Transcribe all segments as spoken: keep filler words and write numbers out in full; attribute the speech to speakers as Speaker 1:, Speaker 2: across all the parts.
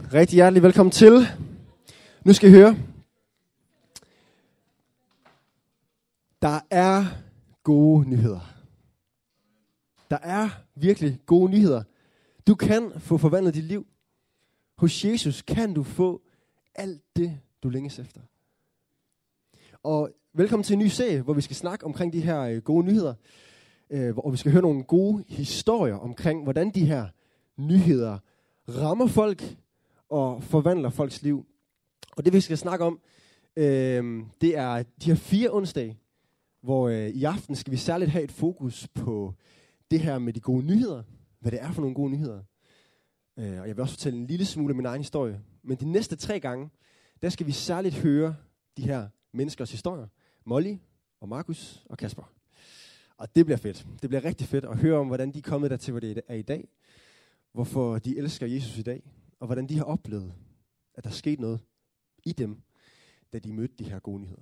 Speaker 1: Rigtig hjertelig velkommen til. Nu skal I høre. Der er gode nyheder. Der er virkelig gode nyheder. Du kan få forvandlet dit liv. Hos Jesus kan du få alt det, du længes efter. Og velkommen til en ny serie, hvor vi skal snakke omkring de her øh, gode nyheder. Øh, hvor vi skal høre nogle gode historier omkring, hvordan de her nyheder rammer folk og forvandler folks liv. Og det vi skal snakke om, øh, det er de her fire onsdage, hvor øh, i aften skal vi særligt have et fokus på det her med de gode nyheder. Hvad det er for nogle gode nyheder. Øh, og jeg vil også fortælle en lille smule af min egen historie. Men de næste tre gange, der skal vi særligt høre de her menneskers historier. Molly og Markus og Kasper. Og det bliver fedt. Det bliver rigtig fedt at høre om, hvordan de er kommet der til, hvor det er i dag. Hvorfor de elsker Jesus i dag. Og hvordan de har oplevet, at der skete noget i dem, da de mødte de her gode nyheder.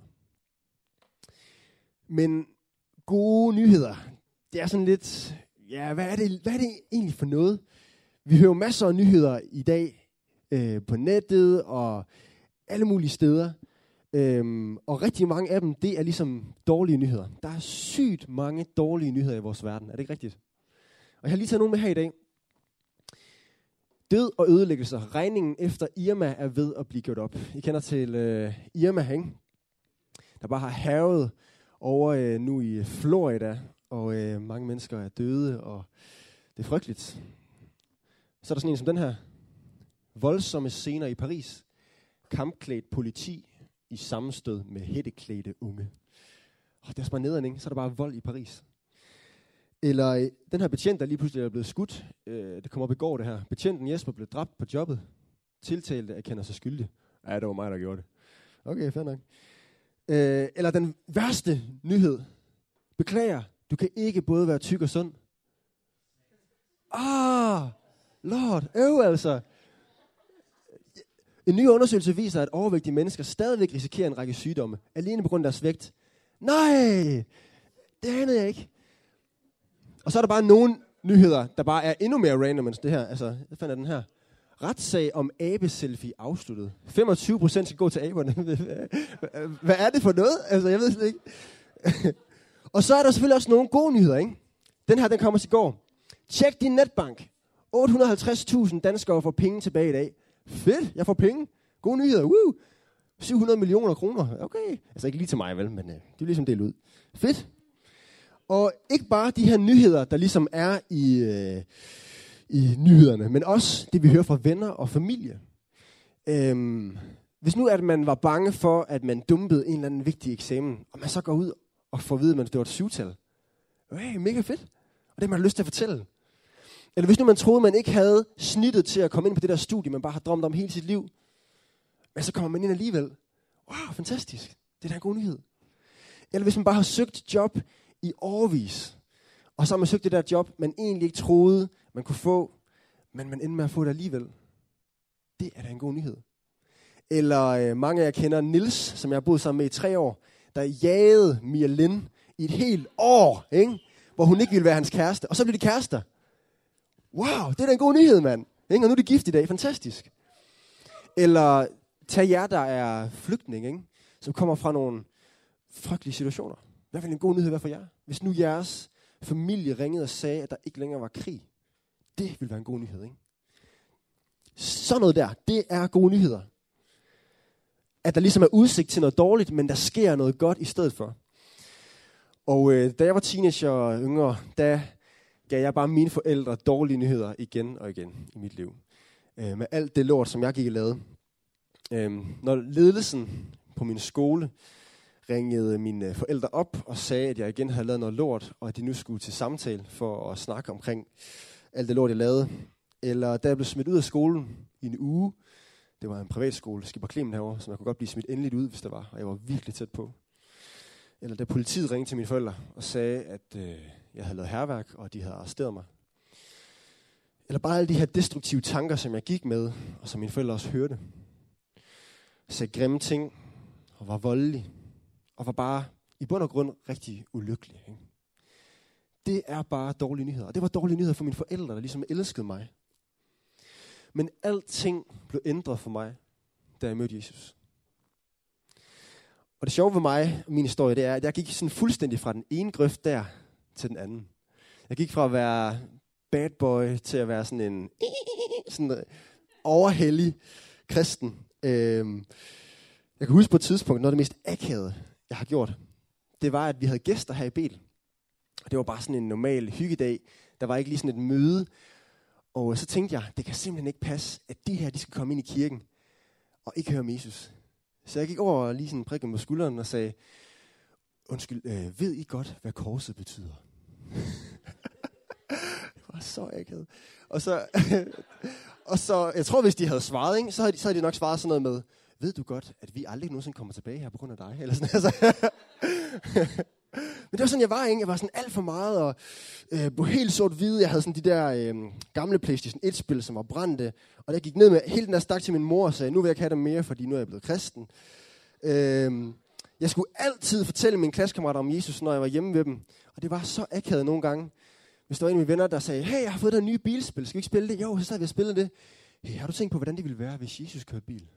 Speaker 1: Men gode nyheder, det er sådan lidt, ja, hvad er det, hvad er det egentlig for noget? Vi hører masser af nyheder i dag øh, på nettet og alle mulige steder. Øhm, og rigtig mange af dem, det er ligesom dårlige nyheder. Der er sygt mange dårlige nyheder i vores verden. Er det ikke rigtigt? Og jeg har lige taget nogle med her i dag. Død og ødelæggelser. Regningen efter Irma er ved at blive gjort op. I kender til øh, Irma, ikke? Der bare har hærget over øh, nu i Florida, og øh, mange mennesker er døde, og det er frygteligt. Så er der sådan en som den her. Voldsomme scener i Paris. Kampklædt politi i sammenstød med hætteklædte unge. Oh, det er bare nederen, ikke? Så er der bare vold i Paris. Eller øh, den her betjent, der lige pludselig er blevet skudt. Øh, det kom op i går, det her. Betjenten Jesper blev dræbt på jobbet. Tiltalte erkender sig skyldig. Ja, det var mig, der gjorde det. Okay, fair nok. Øh, eller den værste nyhed. Beklager, du kan ikke både være tyk og sund. Ah, lord, øv altså. En ny undersøgelse viser, at overvægtige mennesker stadigvæk risikerer en række sygdomme, alene på grund af deres vægt. Nej, det anede jeg ikke. Og så er der bare nogle nyheder, der bare er endnu mere random end det her. Altså, jeg fandt den her. Retssag om abeselfie afsluttet. femogtyve procent skal gå til aberne. Hvad er det for noget? Altså, jeg ved slet ikke. Og så er der selvfølgelig også nogle gode nyheder, ikke? Den her, den kommer i går. Tjek din netbank. otte hundrede og halvtreds tusind danskere får penge tilbage i dag. Fedt, jeg får penge. Gode nyheder. Woo! syv hundrede millioner kroner. Okay. Altså ikke lige til mig, vel, men øh, det er ligesom delt ud. Fedt. Og ikke bare de her nyheder, der ligesom er i, øh, i nyhederne, men også det, vi hører fra venner og familie. Øhm, hvis nu at man var bange for, at man dumpede en eller anden vigtig eksamen, og man så går ud og får at vide, at det var et syvtal. Hey, mega fedt. Og det har man lyst til at fortælle. Eller hvis nu man troede, man ikke havde snittet til at komme ind på det der studie, man bare har drømt om hele sit liv, men så kommer man ind alligevel. Wow, fantastisk. Det er da en god nyhed. Eller hvis man bare har søgt job i årevis, og så har man søgt det der job, man egentlig ikke troede, man kunne få, men man endte med at få det alligevel. Det er da en god nyhed. Eller øh, mange af jer kender Nils, som jeg har boet sammen med i tre år, der jagede Mia Lind i et helt år, ikke? Hvor hun ikke ville være hans kæreste, og så blev de kærester. Wow, det er da en god nyhed, mand. Ikke? Og nu er de gift i dag. Fantastisk. Eller tag jer, der er flygtning, ikke? Som kommer fra nogle frygtelige situationer. Hvad vil en god nyhed være for jer? Hvis nu jeres familie ringede og sagde, at der ikke længere var krig. Det vil være en god nyhed, ikke? Sådan noget der, det er gode nyheder. At der ligesom er udsigt til noget dårligt, men der sker noget godt i stedet for. Og øh, da jeg var teenager og yngre, der gav jeg bare mine forældre dårlige nyheder igen og igen i mit liv. Øh, med alt det lort, som jeg gik og lavede. Øh, når ledelsen på min skole ringede mine forældre op og sagde, at jeg igen havde lavet noget lort, og at de nu skulle til samtale for at snakke omkring alt det lort, jeg lavede. Eller da jeg blev smidt ud af skolen i en uge, det var en privatskole, Skipper Clement herovre, så jeg kunne godt blive smidt endeligt ud, hvis det var, og jeg var virkelig tæt på. Eller da politiet ringede til mine forældre og sagde, at øh, jeg havde lavet hærværk, og de havde arresteret mig. Eller bare alle de her destruktive tanker, som jeg gik med, og som mine forældre også hørte. Sagde grimme ting, og var voldelig, og var bare i bund og grund rigtig ulykkelig. Ikke? Det er bare dårlige nyheder. Og det var dårlige nyheder for mine forældre, der ligesom elskede mig. Men alting blev ændret for mig, da jeg mødte Jesus. Og det sjove ved mig, min historie, det er, at jeg gik sådan fuldstændig fra den ene grøft der til den anden. Jeg gik fra at være bad boy til at være sådan en sådan overhellig kristen. Øhm, jeg kan huske på et tidspunkt, noget af det mest akavede, jeg har gjort, det var, at vi havde gæster her i Bel. Og det var bare sådan en normal hyggedag. Der var ikke lige sådan et møde. Og så tænkte jeg, det kan simpelthen ikke passe, at de her, de skal komme ind i kirken og ikke høre om Jesus. Så jeg gik over og lige sådan prikkede på skulderen og sagde, undskyld, øh, ved I godt, hvad korset betyder? Det var så akavet. Og så, og så, jeg tror, hvis de havde svaret, ikke, så, havde de, så havde de nok svaret sådan noget med, ved du godt, at vi aldrig nogensinde kommer tilbage her på grund af dig? Eller sådan, altså. Men det var sådan, jeg var, ikke? Jeg var sådan alt for meget, og øh, på helt sort-hvide. Jeg havde sådan de der øh, gamle PlayStation et-spil, som var brændte. Og der gik ned med hele den der stak til min mor og sagde, nu vil jeg ikke have dem mere, fordi nu er jeg blevet kristen. Øh, jeg skulle altid fortælle mine klassekammerater om Jesus, når jeg var hjemme ved dem. Og det var så akavet nogle gange. Hvis der var en af mine venner, der sagde, hey, jeg har fået det nye bilspil, skal vi ikke spille det? Jo, så sad vi og spillede det. Hey, har du tænkt på, hvordan det ville være, hvis Jesus kørte bil?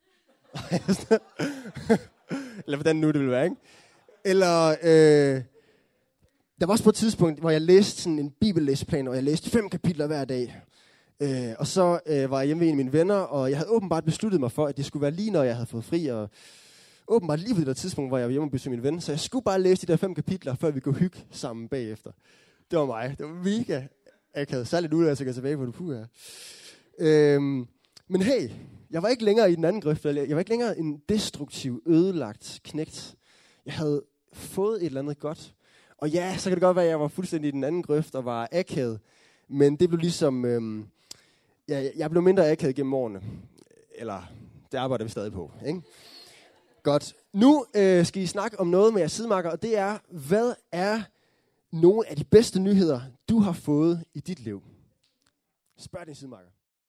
Speaker 1: Eller hvordan nu det ville være, ikke? Eller, øh, der var også på et tidspunkt, hvor jeg læste sådan en bibellæseplan, og jeg læste fem kapitler hver dag. Øh, og så øh, var jeg hjemme ved en af mine venner, og jeg havde åbenbart besluttet mig for, at det skulle være lige, når jeg havde fået fri, og åbenbart lige på det der tidspunkt, hvor jeg var hjemme og besøgte min ven, så jeg skulle bare læse de der fem kapitler, før vi kunne hygge sammen bagefter. Det var mig. Det var mega akavet. Særligt ud, at jeg går tilbage på det puha. Øhm, men hey, jeg var ikke længere i den anden grøft. Jeg var ikke længere en destruktiv, ødelagt knægt. Jeg havde fået et eller andet godt. Og ja, så kan det godt være, at jeg var fuldstændig i den anden grøft og var akavet. Men det blev ligesom... Øhm, ja, jeg blev mindre akavet gennem årene. Eller, det arbejder vi stadig på, ikke? Godt. Nu øh, skal I snakke om noget med jeres sidemarker, og det er, hvad er nogle af de bedste nyheder, du har fået i dit liv? Spørg din sidemarker.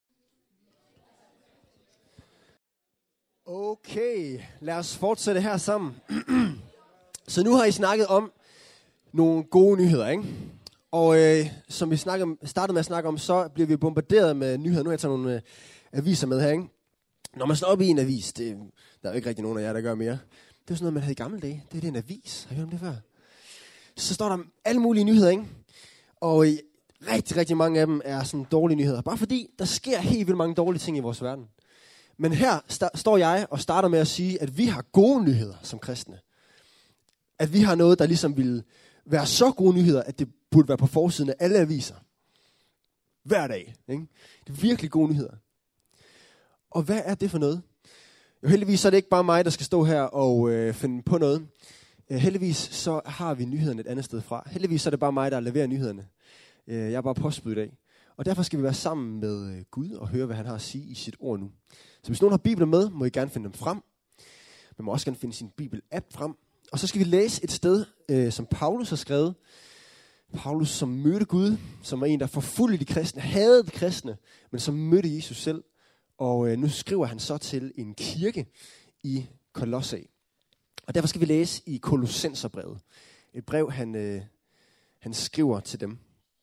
Speaker 1: Okay, lad os fortsætte her sammen. Så nu har I snakket om nogle gode nyheder, ikke? Og øh, som vi snakkede, startede med at snakke om, så bliver vi bombarderet med nyheder. Nu har jeg taget nogle øh, aviser med her, ikke? Når man slår op i en avis, det, der er jo ikke rigtig nogen af jer, der gør mere. Det er sådan noget, man havde i gamle dage. Det er det en avis. Har I hørt om det før? Så står der alle mulige nyheder, ikke? Og øh, rigtig, rigtig mange af dem er sådan dårlige nyheder. Bare fordi, der sker helt vildt mange dårlige ting i vores verden. Men her st- står jeg og starter med at sige, at vi har gode nyheder som kristne. At vi har noget, der ligesom ville være så gode nyheder, at det burde være på forsiden af alle aviser. Hver dag, ikke? Det er virkelig gode nyheder. Og hvad er det for noget? Jo, heldigvis så er det ikke bare mig, der skal stå her og øh, finde på noget. Øh, heldigvis så har vi nyhederne et andet sted fra. Heldigvis så er det bare mig, der leverer nyhederne. Øh, jeg er bare postbud i dag. Og derfor skal vi være sammen med øh, Gud og høre, hvad han har at sige i sit ord nu. Så hvis nogen har Bibelen med, må I gerne finde dem frem. Man må også gerne finde sin Bibel-app frem. Og så skal vi læse et sted, øh, som Paulus har skrevet. Paulus, som mødte Gud, som var en, der forfulgte de kristne, hadede de kristne, men som mødte Jesus selv. Og øh, nu skriver han så til en kirke i Kolossæ. Og derfor skal vi læse i Kolossenserbrevet. Et brev, han, øh, han skriver til dem.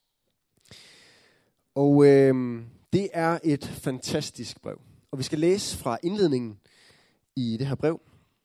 Speaker 1: Og øh, det er et fantastisk brev. Og vi skal læse fra indledningen i det her brev.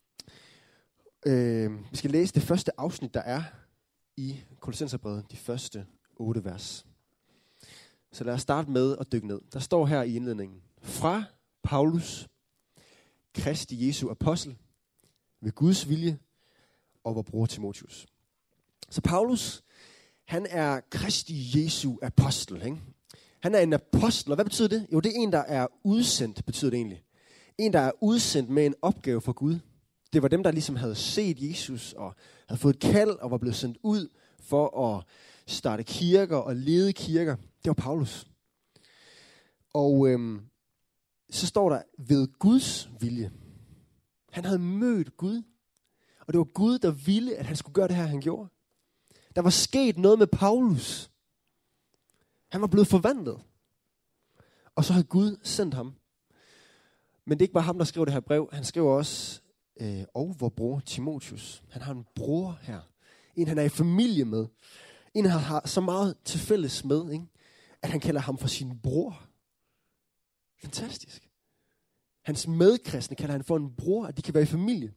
Speaker 1: Øh, vi skal læse det første afsnit, der er i Kolossenserbrevet, de første otte vers. Så lad os starte med at dykke ned. Der står her i indledningen. Fra Paulus, Kristi Jesu apostel, ved Guds vilje, og vor bror Timotheus. Så Paulus, han er Kristi Jesu apostel, ikke? Han er en apostel, og hvad betyder det? Jo, det er en, der er udsendt, betyder det egentlig. En, der er udsendt med en opgave fra Gud. Det var dem, der ligesom havde set Jesus, og havde fået et kald, og var blevet sendt ud for at starte kirker og lede kirker. Det var Paulus. Og øhm, så står der, ved Guds vilje. Han havde mødt Gud, og det var Gud, der ville, at han skulle gøre det her, han gjorde. Der var sket noget med Paulus. Han var blevet forvandlet. Og så havde Gud sendt ham. Men det er ikke bare ham, der skriver det her brev. Han skriver også, øh, og vor bror Timotheus. Han har en bror her. En, han er i familie med. En, han har så meget til fælles med, ikke? At han kalder ham for sin bror. Fantastisk. Hans medkristne kalder han for en bror, at de kan være i familie.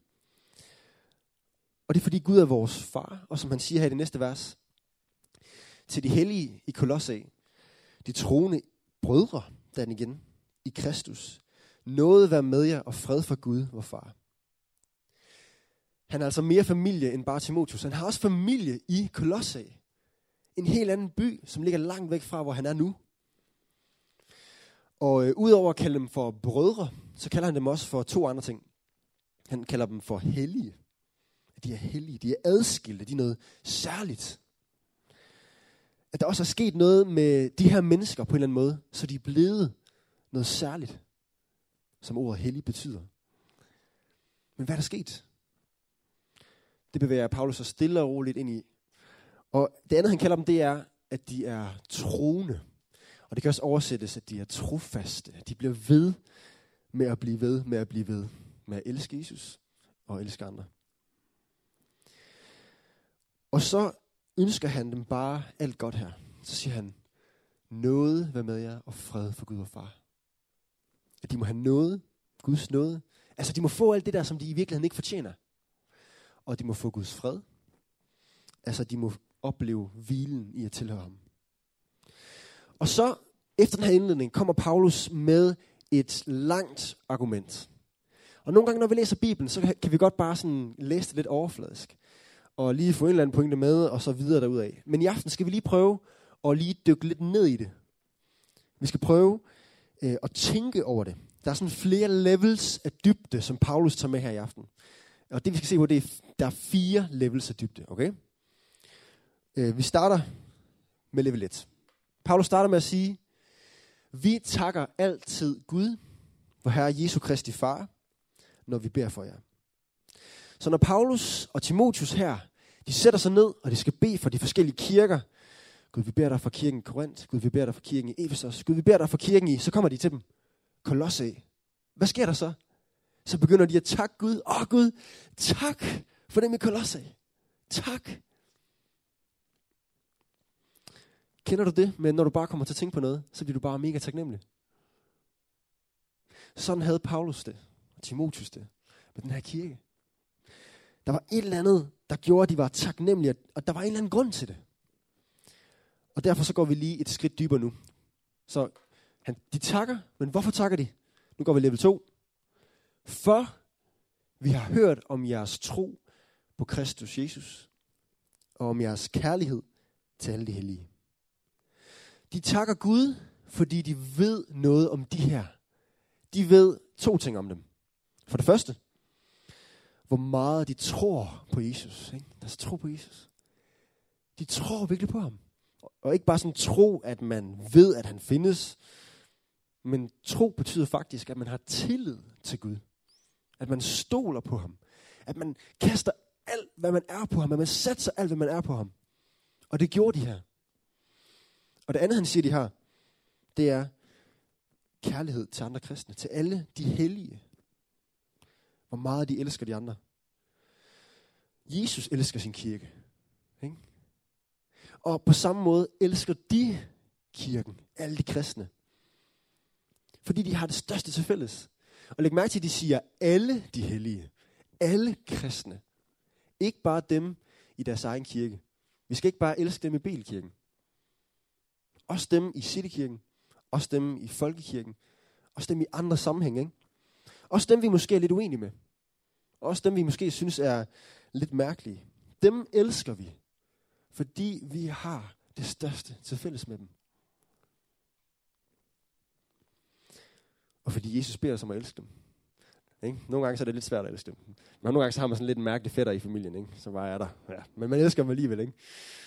Speaker 1: Og det er fordi Gud er vores far, og som han siger her i det næste vers, til de hellige i Kolosse, de troende brødre, der er den igen, i Kristus, nåde være med jer og fred for Gud, vor far. Han er altså mere familie end bare Timotheus. Han har også familie i Kolosse, en helt anden by, som ligger langt væk fra, hvor han er nu. Og øh, udover at kalde dem for brødre, så kalder han dem også for to andre ting. Han kalder dem for hellige. De er hellige, de er adskilte, de er noget særligt. At der også er sket noget med de her mennesker på en eller anden måde, så de er blevet noget særligt, som ordet hellig betyder. Men hvad er der sket? Det bevæger Paulus så stille og roligt ind i. Og det andet, han kalder dem, det er, at de er troende. Og det kan også oversættes, at de er trofaste. De bliver ved med at blive ved, med at blive ved, med at elske Jesus og elske andre. Og så ønsker han dem bare alt godt her. Så siger han, nåde være med jer og fred for Gud og far. At de må have nåde, Guds nåde. Altså de må få alt det der, som de i virkeligheden ikke fortjener. Og de må få Guds fred. Altså de må opleve hvilen i at tilhøre ham. Og så, efter den her indledning, kommer Paulus med et langt argument. Og nogle gange, når vi læser Bibelen, så kan vi godt bare sådan læse det lidt overfladisk. Og lige få en eller anden pointe med, og så videre derudad. Men i aften skal vi lige prøve at lige dykke lidt ned i det. Vi skal prøve øh, at tænke over det. Der er sådan flere levels af dybde, som Paulus tager med her i aften. Og det vi skal se på, det er, der er fire levels af dybde, okay? Øh, vi starter med level et. Paulus starter med at sige, vi takker altid Gud, vor Herre Jesu Kristi Far, når vi beder for jer. Så når Paulus og Timotheus her, de sætter sig ned, og de skal bede for de forskellige kirker. Gud, vi beder dig for kirken i Korinth. Gud, vi beder dig for kirken i Efesos. Gud, vi beder dig for kirken i, så kommer de til dem. Kolosse. Hvad sker der så? Så begynder de at takke Gud. Åh Gud, tak for dem i Kolosse. Tak. Kender du det? Men når du bare kommer til at tænke på noget, så bliver du bare mega taknemmelig. Sådan havde Paulus det, og Timotheus det, med den her kirke. Der var et eller andet, der gjorde, at de var taknemmelige, og der var en eller anden grund til det. Og derfor så går vi lige et skridt dybere nu. Så han, de takker, men hvorfor takker de? Nu går vi level to. For vi har hørt om jeres tro på Kristus Jesus, og om jeres kærlighed til alle de hellige. De takker Gud, fordi de ved noget om de her. De ved to ting om dem. For det første, hvor meget de tror på Jesus. Ikke? Deres tro på Jesus. De tror virkelig på ham. Og ikke bare sådan tro, at man ved, at han findes. Men tro betyder faktisk, at man har tillid til Gud. At man stoler på ham. At man kaster alt, hvad man er på ham. At man satser alt, hvad man er på ham. Og det gjorde de her. Og det andet, han siger de her, det er kærlighed til andre kristne. Til alle de hellige. Hvor meget de elsker de andre. Jesus elsker sin kirke. Ikke? Og på samme måde elsker de kirken. Alle de kristne. Fordi de har det største til fælles. Og læg mærke til, at de siger alle de hellige. Alle kristne. Ikke bare dem i deres egen kirke. Vi skal ikke bare elske dem i Belkirken. Også dem i Citykirken. Også dem i Folkekirken. Også dem i andre sammenhænge. Ikke? Også dem, vi måske er lidt uenige med. Også dem, vi måske synes er lidt mærkelige. Dem elsker vi. Fordi vi har det største til fælles med dem. Og fordi Jesus beder os om at elske dem. Ikke? Nogle gange så er det lidt svært at elske dem. Men nogle gange så har man sådan lidt mærkelig fætter i familien. Ikke? Så bare er der. Ja. Men man elsker dem alligevel. Ikke?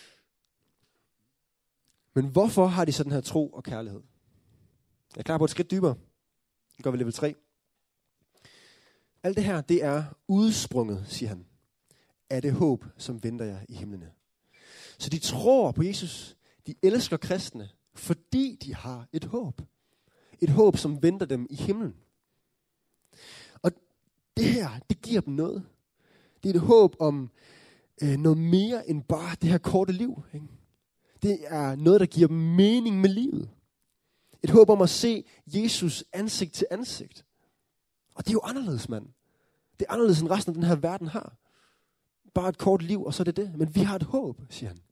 Speaker 1: Men hvorfor har de så den her tro og kærlighed? Jeg er klar på et skridt dybere. Nu går vi level tre. Alt det her, det er udsprunget, siger han, af det håb, som venter jer i himlene. Så de tror på Jesus. De elsker kristne, fordi de har et håb. Et håb, som venter dem i himlen. Og det her, det giver dem noget. Det er et håb om øh, noget mere end bare det her korte liv. Ikke? Det er noget, der giver dem mening med livet. Et håb om at se Jesus ansigt til ansigt. Og det er jo anderledes, mand. Det er anderledes, end resten af den her verden har. Bare et kort liv, og så er det det. Men vi har et håb, siger han.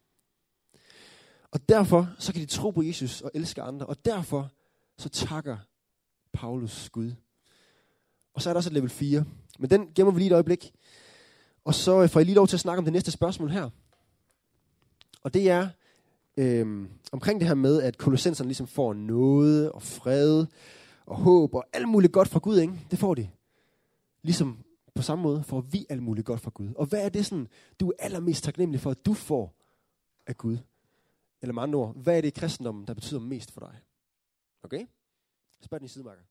Speaker 1: Og derfor, så kan de tro på Jesus og elske andre. Og derfor, så takker Paulus Gud. Og så er der også et level fire. Men den gemmer vi lige et øjeblik. Og så får jeg lige lov til at snakke om det næste spørgsmål her. Og det er øhm, omkring det her med, at kolossenserne ligesom får noget og fred og håb og alt muligt godt fra Gud, ikke? Det får de. Ligesom på samme måde får vi alt muligt godt fra Gud. Og hvad er det sådan, du er allermest taknemmelig for, at du får af Gud? Eller med andre ord, hvad er det i kristendommen, der betyder mest for dig? Okay? Spørg den i sidemarker.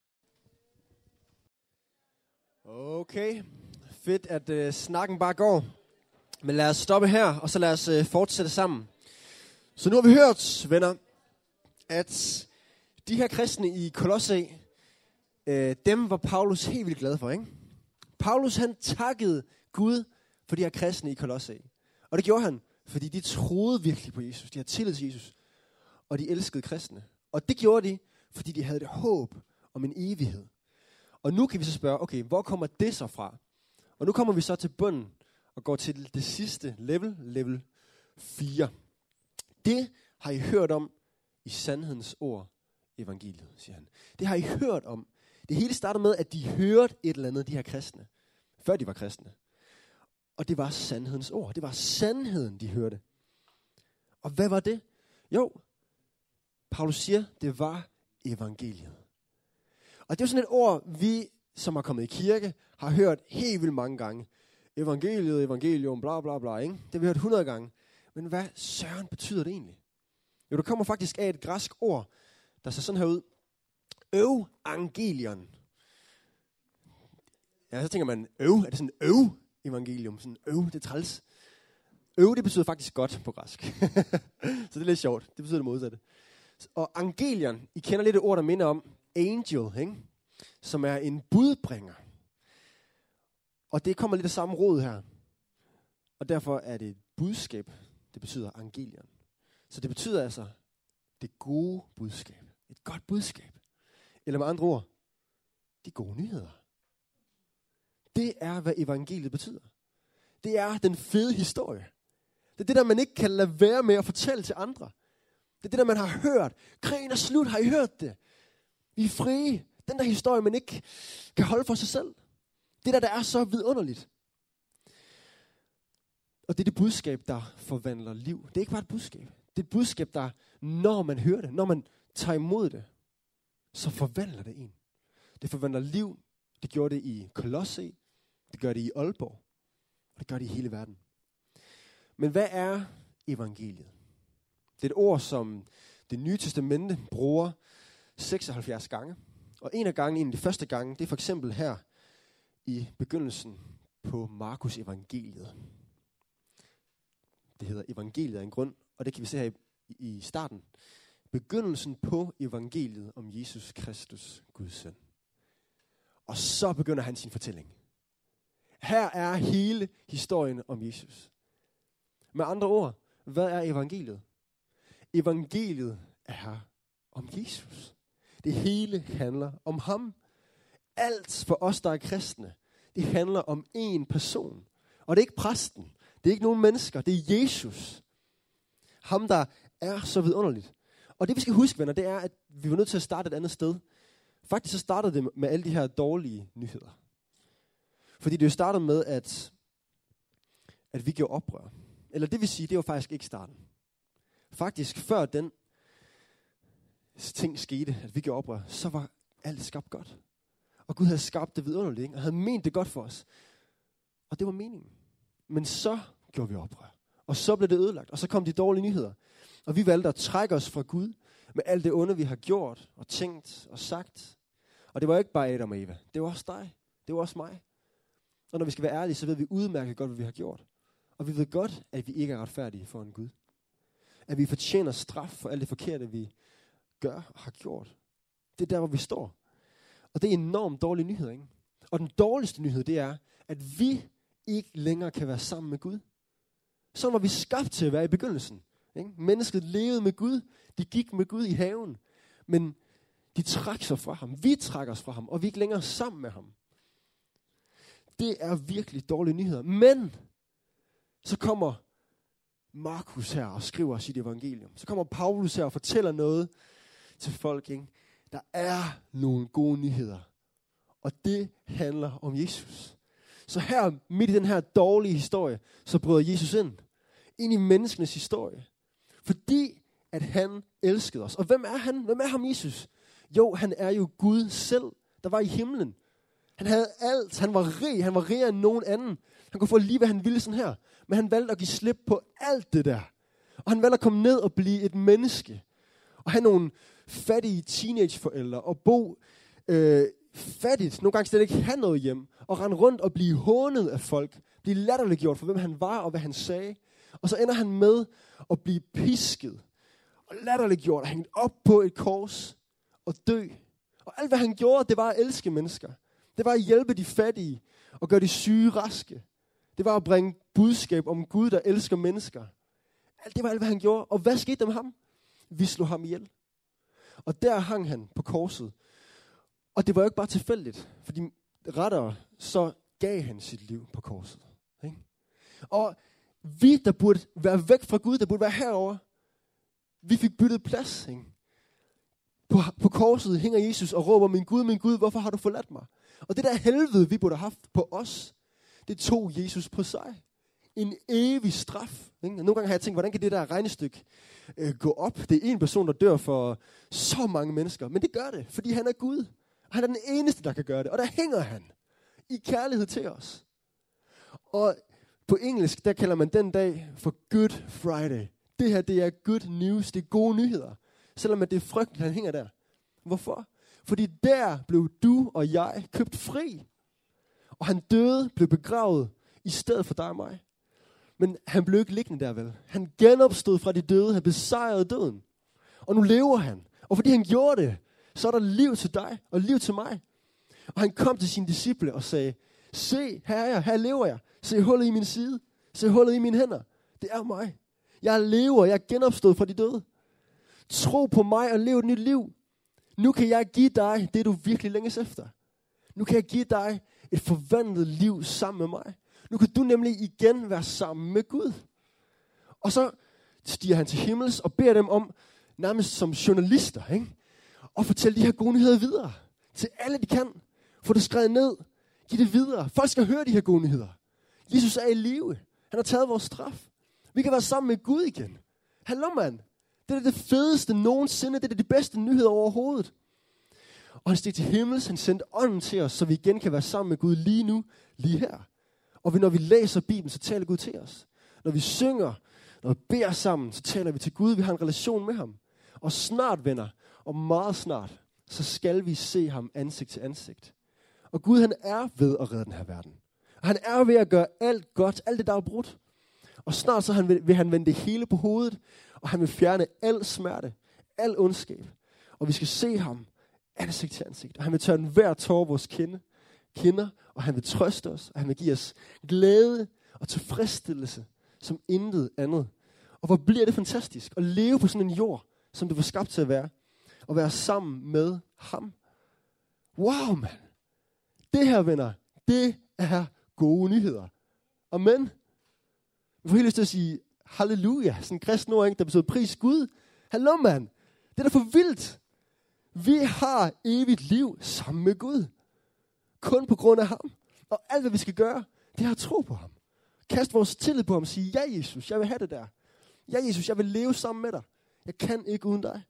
Speaker 1: Okay. Fedt, at øh, snakken bare går. Men lad os stoppe her, og så lad os øh, fortsætte sammen. Så nu har vi hørt, venner, at de her kristne i Kolosse, øh, dem var Paulus helt vildt glad for, ikke? Paulus, han takkede Gud for de her kristne i Kolosse. Og det gjorde han, fordi de troede virkelig på Jesus. De havde tillid til Jesus. Og de elskede kristne. Og det gjorde de, fordi de havde det håb om en evighed. Og nu kan vi så spørge, okay, hvor kommer det så fra? Og nu kommer vi så til bunden og går til det sidste level, level fire. Det har I hørt om i sandhedens ord, evangeliet, siger han. Det har I hørt om. Det hele starter med, at de hørte et eller andet, de her kristne, før de var kristne. Og det var sandhedens ord. Det var sandheden, de hørte. Og hvad var det? Jo, Paulus siger, det var evangeliet. Og det er jo sådan et ord, vi, som har kommet i kirke, har hørt helt vildt mange gange. Evangeliet, evangelium, bla bla bla, ikke? Det har vi hørt hundrede gange. Men hvad søren betyder det egentlig? Jo, det kommer faktisk af et græsk ord, der ser sådan her ud. Evangelion. Ja, så tænker man, øv, er det sådan øv evangelium? Sådan øv, det er træls. Øv, det betyder faktisk godt på græsk. Så det er lidt sjovt. Det betyder det modsatte. Og angelion, I kender lidt et ord, der minder om angel, ikke? Som er en budbringer. Og det kommer lidt af samme rod her. Og derfor er det et budskab. Det betyder angelion. Så det betyder altså det gode budskab. Et godt budskab. Eller med andre ord, de gode nyheder. Det er, hvad evangeliet betyder. Det er den fede historie. Det er det, der man ikke kan lade være med at fortælle til andre. Det er det, der man har hørt. Krigen er slut, har I hørt det? Vi er frie. Den der historie, man ikke kan holde for sig selv. Det der, der er så vidunderligt. Og det er det budskab, der forvandler liv. Det er ikke bare et budskab. Det er et budskab, der, når man hører det, når man tager imod det, så forvandler det en. Det forvandler liv. Det gjorde det i Kolosse. Det gør det i Aalborg. Og det gør det i hele verden. Men hvad er evangeliet? Det er et ord, som det nye testamente bruger seksoghalvfjerds gange. Og en af gangen, en af de første gange, det er for eksempel her i begyndelsen på Markus evangeliet. Det hedder evangeliet af en grund, og det kan vi se her i, i starten. Begyndelsen på evangeliet om Jesus Kristus, Guds søn. Og så begynder han sin fortælling. Her er hele historien om Jesus. Med andre ord, hvad er evangeliet? Evangeliet er om Jesus. Det hele handler om ham. Alt for os, der er kristne, det handler om én person. Og det er ikke præsten. Det er ikke nogen mennesker. Det er Jesus. Ham, der er så vidunderligt. Og det vi skal huske, venner, det er, at vi var nødt til at starte et andet sted. Faktisk så startede det med alle de her dårlige nyheder. Fordi det jo startede med, at, at vi gjorde oprør. Eller det vil sige, det var faktisk ikke starten. Faktisk før den ting skete, at vi gjorde oprør, så var alt skabt godt. Og Gud havde skabt det vidunderligt, ikke? Og havde ment det godt for os. Og det var meningen. Men så gjorde vi oprør. Og så blev det ødelagt. Og så kom de dårlige nyheder. Og vi valgte at trække os fra Gud med alt det onde, vi har gjort og tænkt og sagt. Og det var ikke bare Adam og Eva. Det var også dig. Det var også mig. Og når vi skal være ærlige, så ved vi udmærket godt, hvad vi har gjort. Og vi ved godt, at vi ikke er retfærdige for en Gud. At vi fortjener straf for alt det forkerte, vi gør og har gjort. Det er der, hvor vi står. Og det er enormt dårlige nyheder, ikke? Og den dårligste nyhed, det er, at vi ikke længere kan være sammen med Gud. Så var vi skabt til at være i begyndelsen. Ikke? Mennesket levede med Gud. De gik med Gud i haven. Men de trak sig fra ham. Vi trækker os fra ham, og vi er ikke længere sammen med ham. Det er virkelig dårlige nyheder. Men så kommer Markus her og skriver sit evangelium. Så kommer Paulus her og fortæller noget til folk. Ikke? Der er nogle gode nyheder. Og det handler om Jesus. Så her, midt i den her dårlige historie, så bryder Jesus ind. Ind i menneskenes historie. Fordi at han elskede os. Og hvem er han? Hvem er ham Jesus? Jo, han er jo Gud selv, der var i himlen. Han havde alt. Han var rig. Han var rigere end nogen anden. Han kunne få lige, hvad han ville sådan her. Men han valgte at give slip på alt det der. Og han valgte at komme ned og blive et menneske. Og have nogle fattige teenageforældre. Og bo øh, fattigt. Nogle gange slet ikke have noget hjem. Og rende rundt og blive hånet af folk. Blive latterliggjort for, hvem han var og hvad han sagde. Og så ender han med at blive pisket. Og latterliggjort og hængt op på et kors. Og dø. Og alt hvad han gjorde, det var at elske mennesker. Det var at hjælpe de fattige. Og gøre de syge raske. Det var at bringe budskab om Gud, der elsker mennesker. Alt det var alt, hvad han gjorde. Og hvad skete der med ham? Vi slog ham ihjel. Og der hang han på korset. Og det var jo ikke bare tilfældigt. Fordi rettere, så gav han sit liv på korset. Ikke? Og vi, der burde være væk fra Gud, der burde være herover, vi fik byttet plads. Ikke? På, på korset hænger Jesus og råber, min Gud, min Gud, hvorfor har du forladt mig? Og det der helvede, vi burde have haft på os, det tog Jesus på sig. En evig straf. Ikke? Nogle gange har jeg tænkt, hvordan kan det der regnestykke øh, gå op? Det er en person, der dør for så mange mennesker. Men det gør det, fordi han er Gud. Og han er den eneste, der kan gøre det. Og der hænger han i kærlighed til os. Og på engelsk, der kalder man den dag for Good Friday. Det her, det er good news. Det er gode nyheder. Selvom det er frygteligt, han hænger der. Hvorfor? Fordi der blev du og jeg købt fri. Og han døde, blev begravet i stedet for dig og mig. Men han blev ikke liggende der vel. Han genopstod fra de døde. Han besejrede døden. Og nu lever han. Og fordi han gjorde det, så er der liv til dig og liv til mig. Og han kom til sine disciple og sagde, se, her er jeg, her lever jeg. Se hullet i min side. Se hullet i mine hænder. Det er mig. Jeg lever, jeg er genopstået fra de døde. Tro på mig og lev et nyt liv. Nu kan jeg give dig det, du virkelig længes efter. Nu kan jeg give dig et forvandlet liv sammen med mig. Nu kan du nemlig igen være sammen med Gud. Og så stiger han til himmels og beder dem om, nærmest som journalister, ikke? Og fortælle de her gode nyheder videre. Til alle de kan. Få det skrevet ned. Giv det videre. Folk skal høre de her gode nyheder. Jesus er i live. Han har taget vores straf. Vi kan være sammen med Gud igen. Hallo mand. Det er det fedeste nogensinde. Det er de bedste nyheder overhovedet. Og han steg til himmels. Han sendte ånden til os, så vi igen kan være sammen med Gud lige nu, lige her. Og når vi læser Bibelen, så taler Gud til os. Når vi synger, når vi beder sammen, så taler vi til Gud. Vi har en relation med ham. Og snart, venner, og meget snart, så skal vi se ham ansigt til ansigt. Og Gud, han er ved at redde den her verden. Og han er ved at gøre alt godt, alt det, der er brudt. Og snart så han vil, vil han vende det hele på hovedet, og han vil fjerne al smerte, al ondskab. Og vi skal se ham ansigt til ansigt. Og han vil tørre enhver tårer vores kinde, kinder, og han vil trøste os, og han vil give os glæde og tilfredsstillelse som intet andet. Og hvor bliver det fantastisk at leve på sådan en jord, som det var skabt til at være, og være sammen med ham. Wow, mand. Det her, venner, det er gode nyheder. Amen. Jeg får helt lyst til at sige halleluja. Sådan en kristen ord, ikke, der betyder pris Gud. Hallo, mand. Det er da for vildt. Vi har evigt liv sammen med Gud. Kun på grund af ham. Og alt, hvad vi skal gøre, det er at tro på ham. Kast vores tillid på ham og sige, ja Jesus, jeg vil have det der. Ja Jesus, jeg vil leve sammen med dig. Jeg kan ikke uden dig.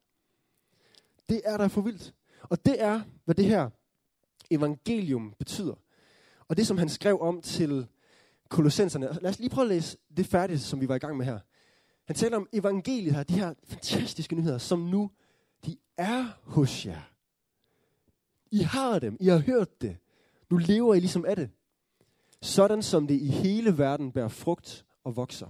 Speaker 1: Det er da for vildt. Og det er, hvad det her evangelium betyder. Og det, som han skrev om til kolossenserne. Lad os lige prøve at læse det færdigt, som vi var i gang med her. Han taler om evangeliet her, de her fantastiske nyheder, som nu, de er hos jer. I har dem, I har hørt det. Nu lever I ligesom af det. Sådan som det i hele verden bærer frugt og vokser.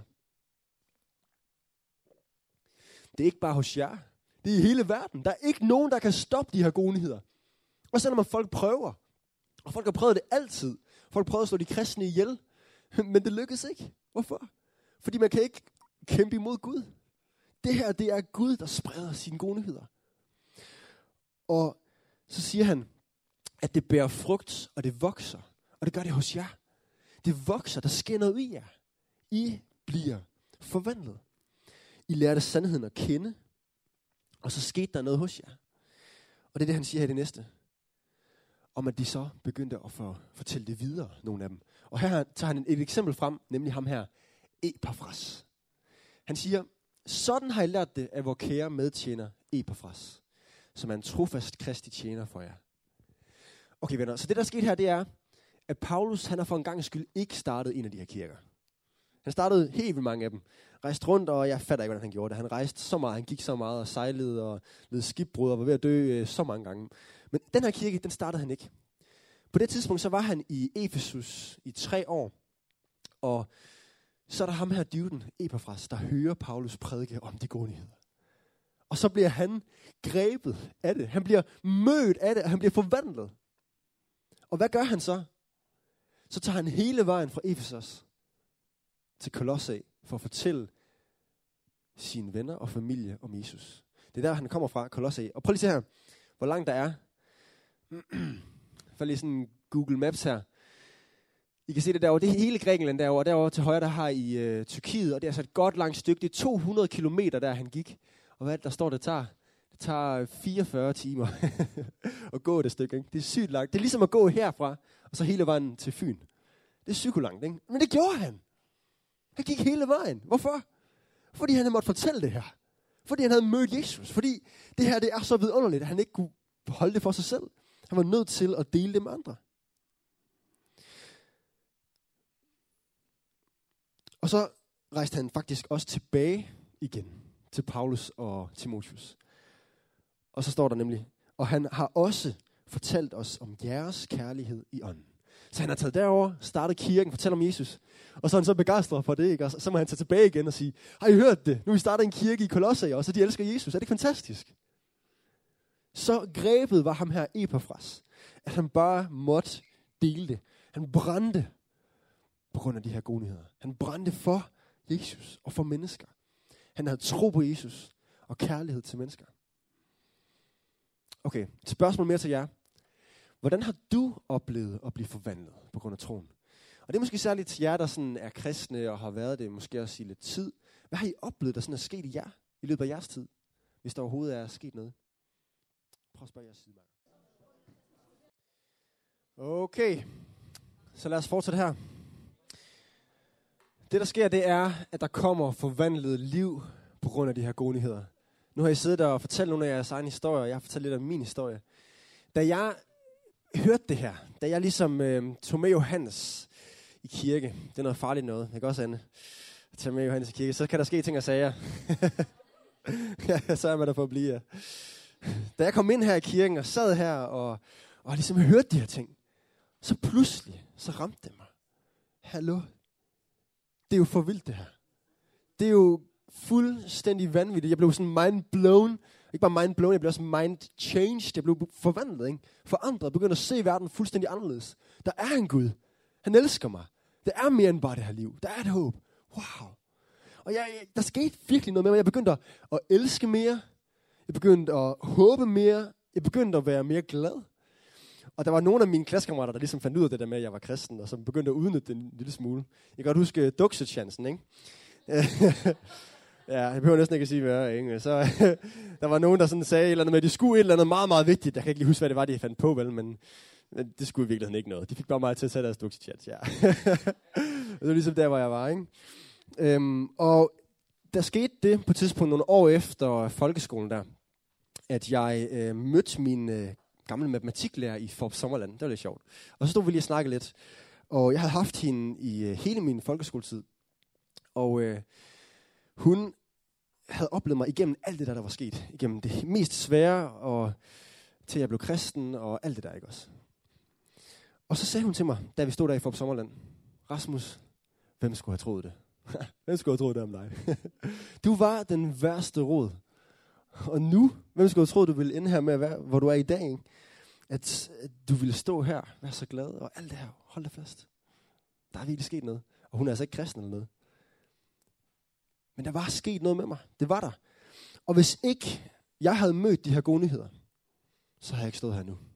Speaker 1: Det er ikke bare hos jer. Det er i hele verden. Der er ikke nogen, der kan stoppe de her gode nyheder. Og selvom folk prøver. Og folk har prøvet det altid. Folk prøver at slå de kristne ihjel. Men det lykkes ikke. Hvorfor? Fordi man kan ikke kæmpe imod Gud. Det her, det er Gud, der spreder sine gode nyheder. Og så siger han, at det bærer frugt, og det vokser. Og det gør det hos jer. Det vokser, der sker noget i jer. I bliver forvandlet. I lærte sandheden at kende, og så skete der noget hos jer. Og det er det, han siger her i det næste. Om at de så begyndte at for, fortælle det videre, nogle af dem. Og her tager han et eksempel frem, nemlig ham her, Epafras. Han siger, sådan har I lært det af vor kære medtjener Epafras, som er en trofast kristi tjener for jer. Okay venner, så det der er sket her, det er, at Paulus, han har for en gang skyld ikke startet en af de her kirker. Han startede helt vildt mange af dem. Rejste rundt, og jeg fatter ikke, hvordan han gjorde det. Han rejste så meget, han gik så meget og sejlede og led skibbrud og var ved at dø øh, så mange gange. Men den her kirke, den startede han ikke. På det tidspunkt, så var han i Efesus i tre år. Og så er der ham her dyvden, Epafras, der hører Paulus prædike om de gode nyheder. Og så bliver han grebet af det. Han bliver mødt af det, og han bliver forvandlet. Og hvad gør han så? Så tager han hele vejen fra Efesus til Kolossae for at fortælle sine venner og familie om Jesus. Det er der, han kommer fra, Kolossae. Og prøv lige at se her, hvor langt der er. For lige sådan Google Maps her. I kan se det derovre. Det er hele Grækenland derovre. Og derovre til højre, der har I øh, Tyrkiet. Og det er altså et godt langt stykke. Det er to hundrede kilometer, der han gik. Og hvad der står, det tager? Det tager fireogfyrre timer at gå det stykke. Ikke? Det er sygt langt. Det er ligesom at gå herfra, og så hele vejen til Fyn. Det er psykolangt, ikke? Men det gjorde han. Han gik hele vejen. Hvorfor? Fordi han havde måttet fortælle det her. Fordi han havde mødt Jesus. Fordi det her, det er så vidunderligt, at han ikke kunne holde det for sig selv. Han var nødt til at dele det med andre. Og så rejste han faktisk også tilbage igen til Paulus og Timotheus. Og så står der nemlig, og han har også fortalt os om jeres kærlighed i ånden. Så han har taget derover, startet kirken, fortæller om Jesus. Og så er han så begejstret for det, ikke? Og så må han tage tilbage igen og sige, har I hørt det? Nu har vi startet en kirke i Kolossae, og så de elsker Jesus. Er det ikke fantastisk? Så grebet var ham her Epafras, at han bare måtte dele det. Han brændte på grund af de her gode nyheder. Han brændte for Jesus og for mennesker. Han havde tro på Jesus og kærlighed til mennesker. Okay, et spørgsmål mere til jer. Hvordan har du oplevet at blive forvandlet på grund af troen? Og det er måske særligt til jer, der sådan er kristne og har været det måske også i lidt tid. Hvad har I oplevet, der sådan er sket i jer i løbet af jeres tid? Hvis der overhovedet er sket noget. Prøv at spørge jeres sidemarker. Okay, så lad os fortsætte her. Det der sker, det er, at der kommer forvandlet liv på grund af de her gode nyheder. Nu har I siddet der og fortalt nogle af jeres egne historier, og jeg har fortalt lidt om min historie. Da jeg hørte det her, da jeg ligesom øh, tog med Johannes i kirke, det er noget farligt noget, jeg kan også Anne, at tage med Johannes i kirke, så kan der ske ting og sager. Ja, så er man der for at blive, ja. Da jeg kom ind her i kirken og sad her og, og ligesom hørte de her ting, så pludselig, så ramte det mig. Hallo? Det er jo for vildt det her. Det er jo fuldstændig vanvittigt. Jeg blev sådan mind blown. Ikke bare mind blown, jeg blev også mind changed. Jeg blev forvandlet, ikke? Forandret. Jeg begyndte at se verden fuldstændig anderledes. Der er en Gud. Han elsker mig. Der er mere end bare det her liv. Der er et håb. Wow. Og jeg, jeg, der skete virkelig noget med mig. Jeg begyndte at, at elske mere. Jeg begyndte at håbe mere. Jeg begyndte at være mere glad. Og der var nogle af mine klassekammerater, der ligesom fandt ud af det der med, at jeg var kristen, og som begyndte at udnytte det en lille smule. Jeg kan godt huske Duksetchancen, ikke? Ja, jeg behøver næsten ikke at sige mere, ikke? Så der var nogen, der sådan sagde et eller andet med, at de skulle et eller andet meget, meget vigtigt. Jeg kan ikke lige huske, hvad det var, de fandt på, vel, men det skulle i virkeligheden ikke noget. De fik bare mig til at tage deres Duksetchance, ja. Det var ligesom der, hvor jeg var, ikke? Øhm, og der skete det på et tidspunkt nogle år efter folkeskolen der, at jeg øh, mødte min øh, gamle matematiklærer i Forp Sommerland. Det var lidt sjovt. Og så stod vi lige og snakkede lidt. Og jeg havde haft hende i øh, hele min folkeskoletid. Og øh, hun havde oplevet mig igennem alt det der, der var sket. Igennem det mest svære, og til jeg blev kristen, og alt det der, ikke også? Og så sagde hun til mig, da vi stod der i Forp Sommerland, Rasmus, hvem skulle have troet det? Hvem skulle have troet det om dig? Du var den værste rod. Og nu, hvem skulle have troet, du ville ende her med at være, hvor du er i dag, ikke? At, at du ville stå her, være så glad, og alt det her, hold dig fast. Der er virkelig sket noget. Og hun er altså ikke kristen eller noget. Men der var sket noget med mig. Det var der. Og hvis ikke jeg havde mødt de her gode nyheder, så har jeg ikke stået her nu.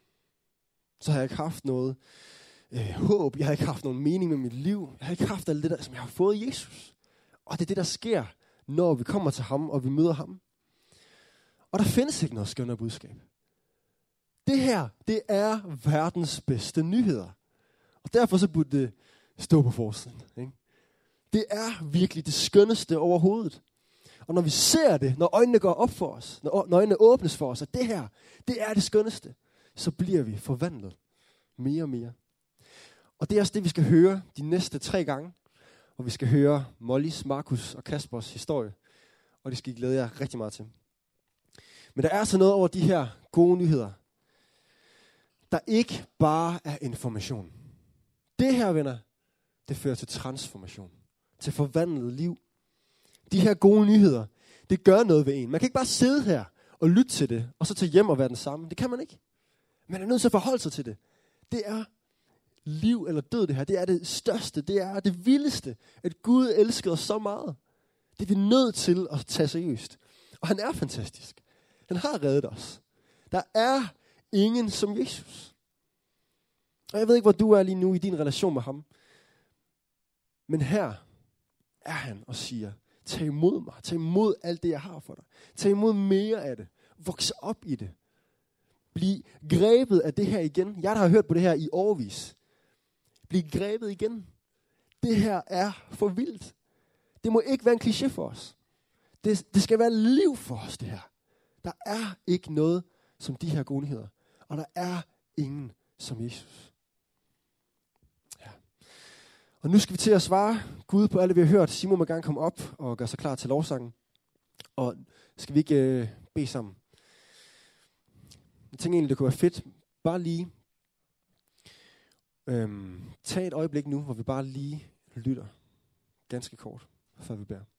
Speaker 1: Så har jeg ikke haft noget øh, håb. Jeg har ikke haft nogen mening med mit liv. Jeg har ikke haft alt det der, som jeg har fået i Jesus. Og det er det, der sker, når vi kommer til ham, og vi møder ham. Og der findes ikke noget skønnere budskab. Det her, det er verdens bedste nyheder. Og derfor så burde det stå på forsiden. Ikke? Det er virkelig det skønneste overhovedet. Og når vi ser det, når øjnene går op for os, når øjnene åbnes for os, at det her, det er det skønneste, så bliver vi forvandlet mere og mere. Og det er også det, vi skal høre de næste tre gange, hvor vi skal høre Mollys, Markus og Kaspers historie. Og det skal I glæde jer rigtig meget til. Men der er altså noget over de her gode nyheder, der ikke bare er information. Det her, venner, det fører til transformation, til forvandlet liv. De her gode nyheder, det gør noget ved en. Man kan ikke bare sidde her og lytte til det, og så tage hjem og være den samme. Det kan man ikke. Man er nødt til at forholde sig til det. Det er liv eller død det her. Det er det største, det er det vildeste, at Gud elskede os så meget. Det er vi nødt til at tage seriøst. Og han er fantastisk. Han har reddet os. Der er ingen som Jesus. Og jeg ved ikke, hvor du er lige nu i din relation med ham. Men her er han og siger, tag imod mig. Tag imod alt det, jeg har for dig. Tag imod mere af det. Voks op i det. Bliv grebet af det her igen. Jeg der har hørt på det her i årevis. Bliv grebet igen. Det her er for vildt. Det må ikke være en kliché for os. Det, det skal være liv for os, det her. Der er ikke noget som de her gode nyheder. Og der er ingen som Jesus. Ja. Og nu skal vi til at svare Gud på alt det, vi har hørt. Simon må gerne komme op og gøre sig klar til lovsangen. Og skal vi ikke øh, bede sammen? Jeg tænker egentlig, det kunne være fedt. Bare lige øhm, tag et øjeblik nu, hvor vi bare lige lytter. Ganske kort, før vi beder.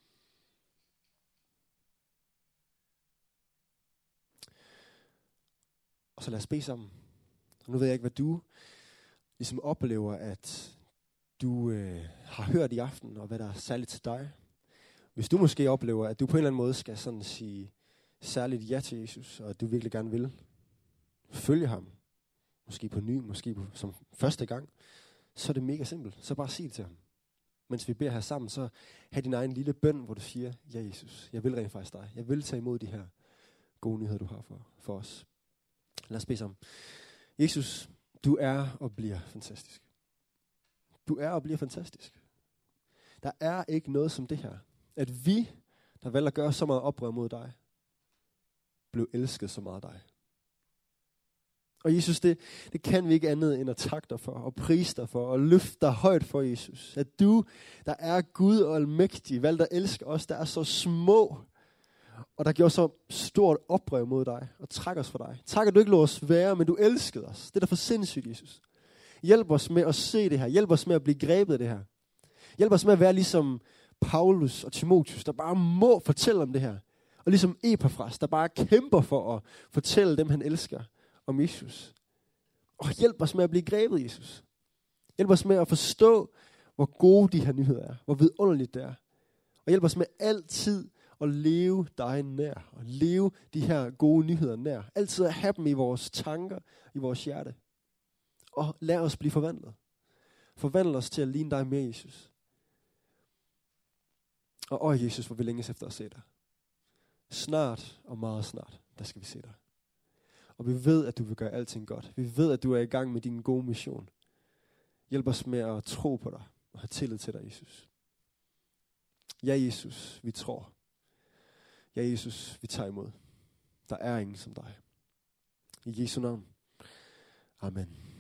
Speaker 1: Og så lad os bede sammen. Og nu ved jeg ikke, hvad du ligesom oplever, at du øh, har hørt i aften, og hvad der er særligt til dig. Hvis du måske oplever, at du på en eller anden måde skal sådan sige særligt ja til Jesus, og at du virkelig gerne vil følge ham, måske på ny, måske på, som første gang, så er det mega simpelt. Så bare sig det til ham. Mens vi beder her sammen, så have din egen lille bøn, hvor du siger, ja Jesus, jeg vil rent faktisk dig. Jeg vil tage imod de her gode nyheder, du har for, for os. Lad os bede sammen. Jesus, du er og bliver fantastisk. Du er og bliver fantastisk. Der er ikke noget som det her. At vi, der valgte at gøre så meget oprør mod dig, blev elsket så meget af dig. Og Jesus, det, det kan vi ikke andet end at takke dig for, og prise dig for, og løfte dig højt for, Jesus. At du, der er Gud og almægtig, valgte at elske os, der er så små, og der gjorde så stort oprør mod dig, og træk os fra dig. Tak, at du ikke lod os være, men du elskede os. Det er da for sindssygt, Jesus. Hjælp os med at se det her. Hjælp os med at blive grebet af det her. Hjælp os med at være ligesom Paulus og Timotheus, der bare må fortælle om det her. Og ligesom Epafras, der bare kæmper for at fortælle dem, han elsker, om Jesus. Og hjælp os med at blive grebet, Jesus. Hjælp os med at forstå, hvor gode de her nyheder er. Hvor vidunderligt det er. Og hjælp os med altid at leve dig nær. Og leve de her gode nyheder nær. Altid at have dem i vores tanker, i vores hjerte. Og lad os blive forvandlet. Forvandle os til at ligne dig mere, Jesus. Og åh, Jesus, hvor vi længes efter at se dig. Snart og meget snart, der skal vi se dig. Og vi ved, at du vil gøre alting godt. Vi ved, at du er i gang med din gode mission. Hjælp os med at tro på dig og have tillid til dig, Jesus. Ja, Jesus, vi tror. Ja, Jesus, vi tager imod. Der er ingen som dig. I Jesu navn. Amen.